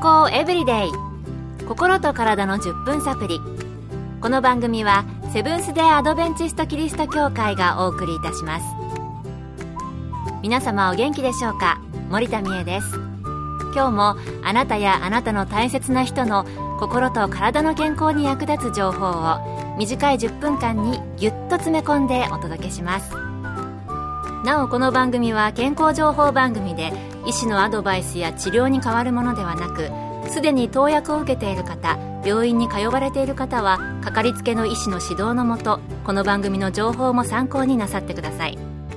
康エブリデイ、心と体の10分サプリ。この番組はセブンス・デー・アドベンチスト・キリスト教会がお送りいたします。皆様お元気でしょうか。森田美恵です。今日もあなたやあなたの大切な人の心と体の健康に役立つ情報を短い10分間にぎゅっと詰め込んでお届けします。なおこの番組は健康情報番組で、医師のアドバイスや治療に代わるものではなく、すでに投薬を受けている方、病院に通われている方はかかりつけの医師の指導のもと、この番組の情報も参考になさってください。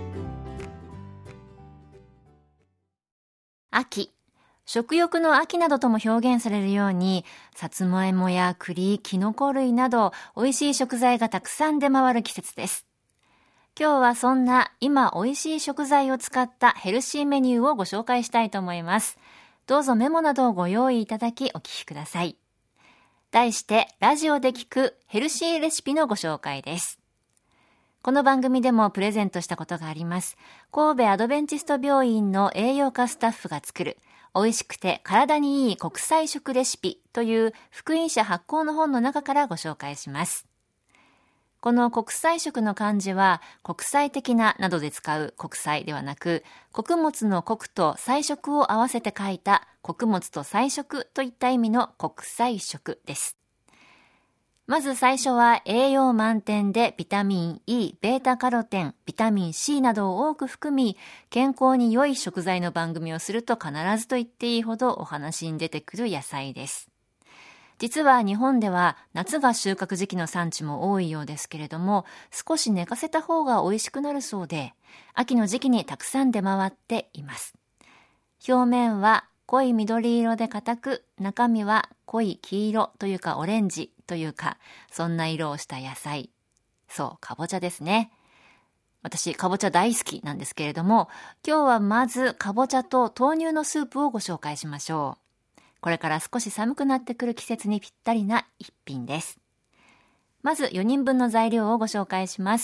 秋、食欲の秋などとも表現されるように、さつまいもや栗、きのこ類など美味しい食材がたくさん出回る季節です。今日はそんな今美味しい食材を使ったヘルシーメニューをご紹介したいと思います。どうぞメモなどをご用意いただきお聞きください。題してラジオで聞くヘルシーレシピのご紹介です。この番組でもプレゼントしたことがあります。神戸アドベンチスト病院の栄養科スタッフが作る美味しくて体にいい国際食レシピという福音社発行の本の中からご紹介します。この国際食の漢字は国際的ななどで使う国際ではなく、穀物の穀と菜食を合わせて書いた穀物と菜食といった意味の国際食です。まず最初は栄養満点でビタミン E、ベータカロテン、ビタミン C などを多く含み、健康に良い食材の番組をすると必ずと言っていいほどお話に出てくる野菜です。実は日本では夏が収穫時期の産地も多いようですけれども、少し寝かせた方が美味しくなるそうで、秋の時期にたくさん出回っています。表面は濃い緑色で硬く、中身は濃い黄色というかオレンジというか、そんな色をした野菜。そう、かぼちゃですね。私、かぼちゃ大好きなんですけれども、今日はまずかぼちゃと豆乳のスープをご紹介しましょう。これから少し寒くなってくる季節にぴったりな一品です。まず4人分の材料をご紹介します。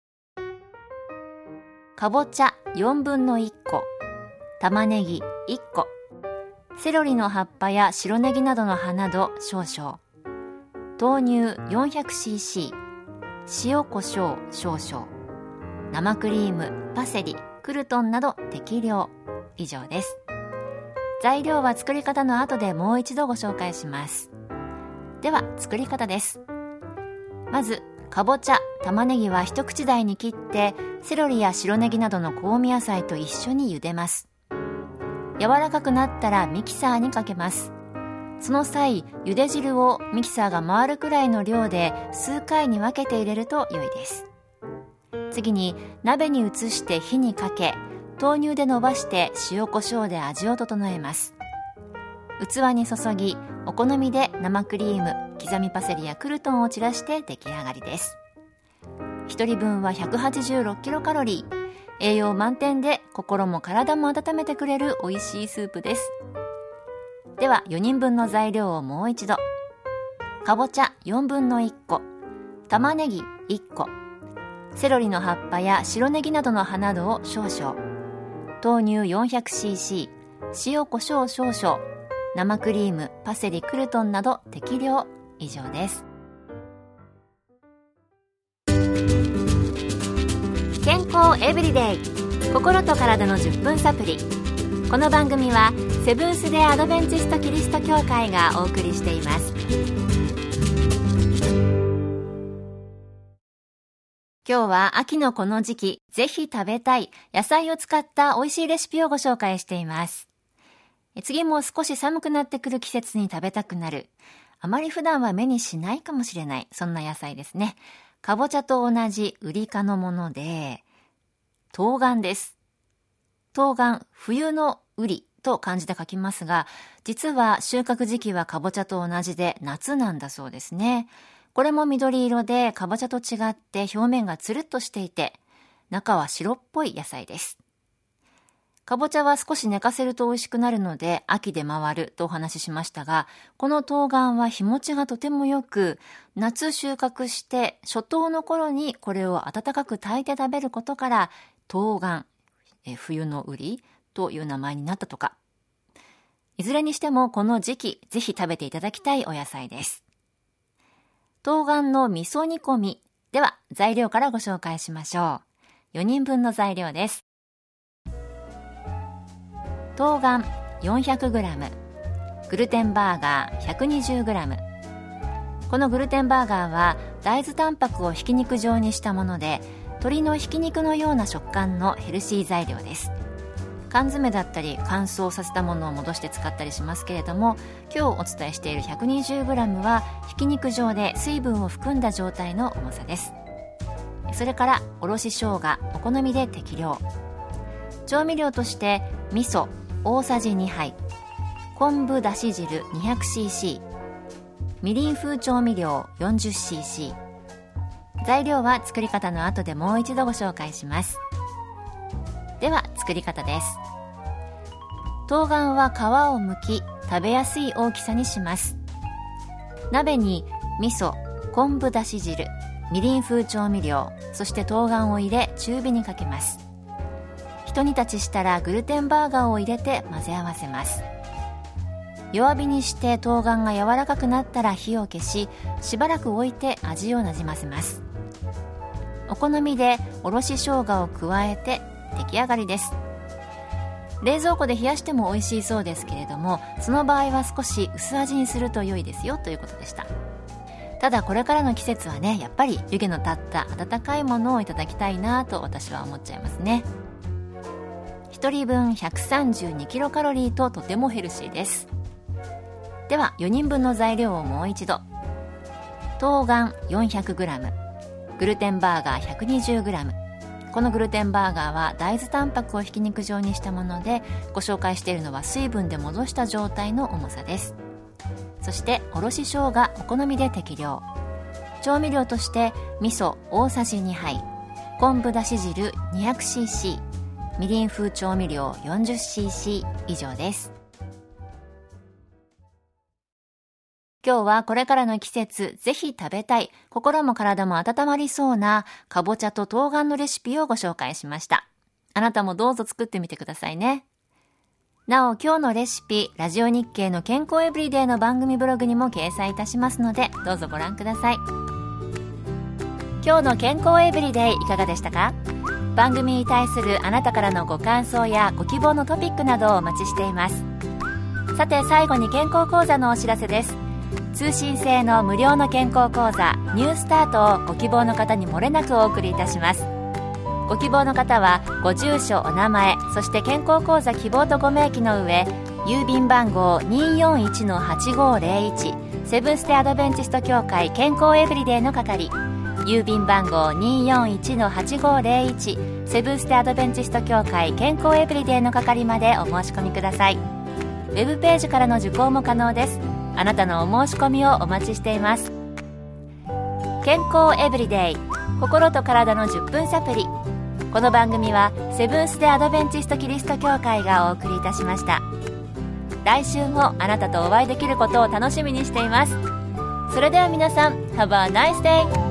かぼちゃ4分の1個、玉ねぎ1個、セロリの葉っぱや白ネギなどの葉など少々、豆乳 400cc、 塩コショウ少々、生クリーム、パセリ、クルトンなど適量。以上です。材料は作り方の後でもう一度ご紹介します。では作り方です。まずかぼちゃ、玉ねぎは一口大に切って、セロリや白ネギなどの香味野菜と一緒に茹でます。柔らかくなったらミキサーにかけます。その際、茹で汁をミキサーが回るくらいの量で数回に分けて入れると良いです。次に鍋に移して火にかけ、豆乳で伸ばして塩コショウで味を整えます。器に注ぎ、お好みで生クリーム、刻みパセリやクルトンを散らして出来上がりです。1人分は186キロカロリー、栄養満点で心も体も温めてくれる美味しいスープです。では4人分の材料をもう一度。かぼちゃ4分の1個、玉ねぎ1個、セロリの葉っぱや白ネギなどの葉などを少々、豆乳 400cc、 塩コショウ少々、生クリーム、パセリ、クルトンなど適量。以上です。健康エブリデイ、心と体の10分サプリ。この番組はセブンス・デー・アドベンチスト・キリスト教会がお送りしています。今日は秋のこの時期、ぜひ食べたい野菜を使った美味しいレシピをご紹介しています。次も少し寒くなってくる季節に食べたくなる、あまり普段は目にしないかもしれない、そんな野菜ですね。かぼちゃと同じウリ科のもので、冬瓜です。冬瓜、冬のウリと漢字で書きますが、実は収穫時期はかぼちゃと同じで夏なんだそうですね。これも緑色でかぼちゃと違って表面がつるっとしていて、中は白っぽい野菜です。かぼちゃは少し寝かせると美味しくなるので秋で回るとお話ししましたが、この冬瓜は日持ちがとても良く、夏収穫して初冬の頃にこれを温かく炊いて食べることから冬瓜、冬のウリという名前になったとか。 いずれにしてもこの時期ぜひ食べていただきたいお野菜です。冬瓜の味噌煮込み。では材料からご紹介しましょう。4人分の材料です。冬瓜 400g、 グルテンバーガー 120g。 このグルテンバーガーは大豆タンパクをひき肉状にしたもので、鶏のひき肉のような食感のヘルシー材料です。缶詰だったり乾燥させたものを戻して使ったりしますけれども、今日お伝えしている 120g はひき肉状で水分を含んだ状態の重さです。それからおろし生姜お好みで適量。調味料として味噌大さじ2杯、昆布だし汁 200cc、 みりん風調味料 40cc。 材料は作り方の後でもう一度ご紹介します。では作り方です。冬瓜は皮を剥き食べやすい大きさにします。鍋に味噌、昆布だし汁、みりん風調味料、そして冬瓜を入れ中火にかけます。一煮立ちしたらグルテンバーガーを入れて混ぜ合わせます。弱火にして冬瓜が柔らかくなったら火を消し、しばらく置いて味をなじませます。お好みでおろし生姜を加えて出来上がりです。冷蔵庫で冷やしても美味しいそうですけれども、その場合は少し薄味にすると良いですよということでした。ただこれからの季節はね、やっぱり湯気の立った温かいものをいただきたいなと私は思っちゃいますね。1人分132キロカロリーととてもヘルシーです。では4人分の材料をもう一度。冬瓜 400g、 グルテンバーガー 120g。このグルテンバーガーは大豆タンパクをひき肉状にしたもので、ご紹介しているのは水分で戻した状態の重さです。そしておろし生姜お好みで適量。調味料として味噌大さじ2杯、昆布だし汁 200cc、 みりん風調味料 40cc 以上です。今日はこれからの季節ぜひ食べたい、心も体も温まりそうなかぼちゃと冬瓜のレシピをご紹介しました。あなたもどうぞ作ってみてくださいね。なお今日のレシピ、ラジオ日経の健康エブリデイの番組ブログにも掲載いたしますので、どうぞご覧ください。今日の健康エブリデイいかがでしたか？番組に対するあなたからのご感想やご希望のトピックなどをお待ちしています。さて最後に健康講座のお知らせです。通信制の無料の健康講座ニュースタートをご希望の方に漏れなくお送りいたします。ご希望の方はご住所お名前、そして健康講座希望とご明記の上、郵便番号 241-8501 セブンステアドベンチスト協会健康エブリデイの係、郵便番号 241-8501 セブンステアドベンチスト協会健康エブリデイの係までお申し込みください。ウェブページからの受講も可能です。あなたのお申し込みをお待ちしています。健康エブリデイ、心と体の10分サプリ。この番組はセブンス・デ・アドベンチスト・キリスト教会がお送りいたしました。来週もあなたとお会いできることを楽しみにしています。それでは皆さん Have a nice day!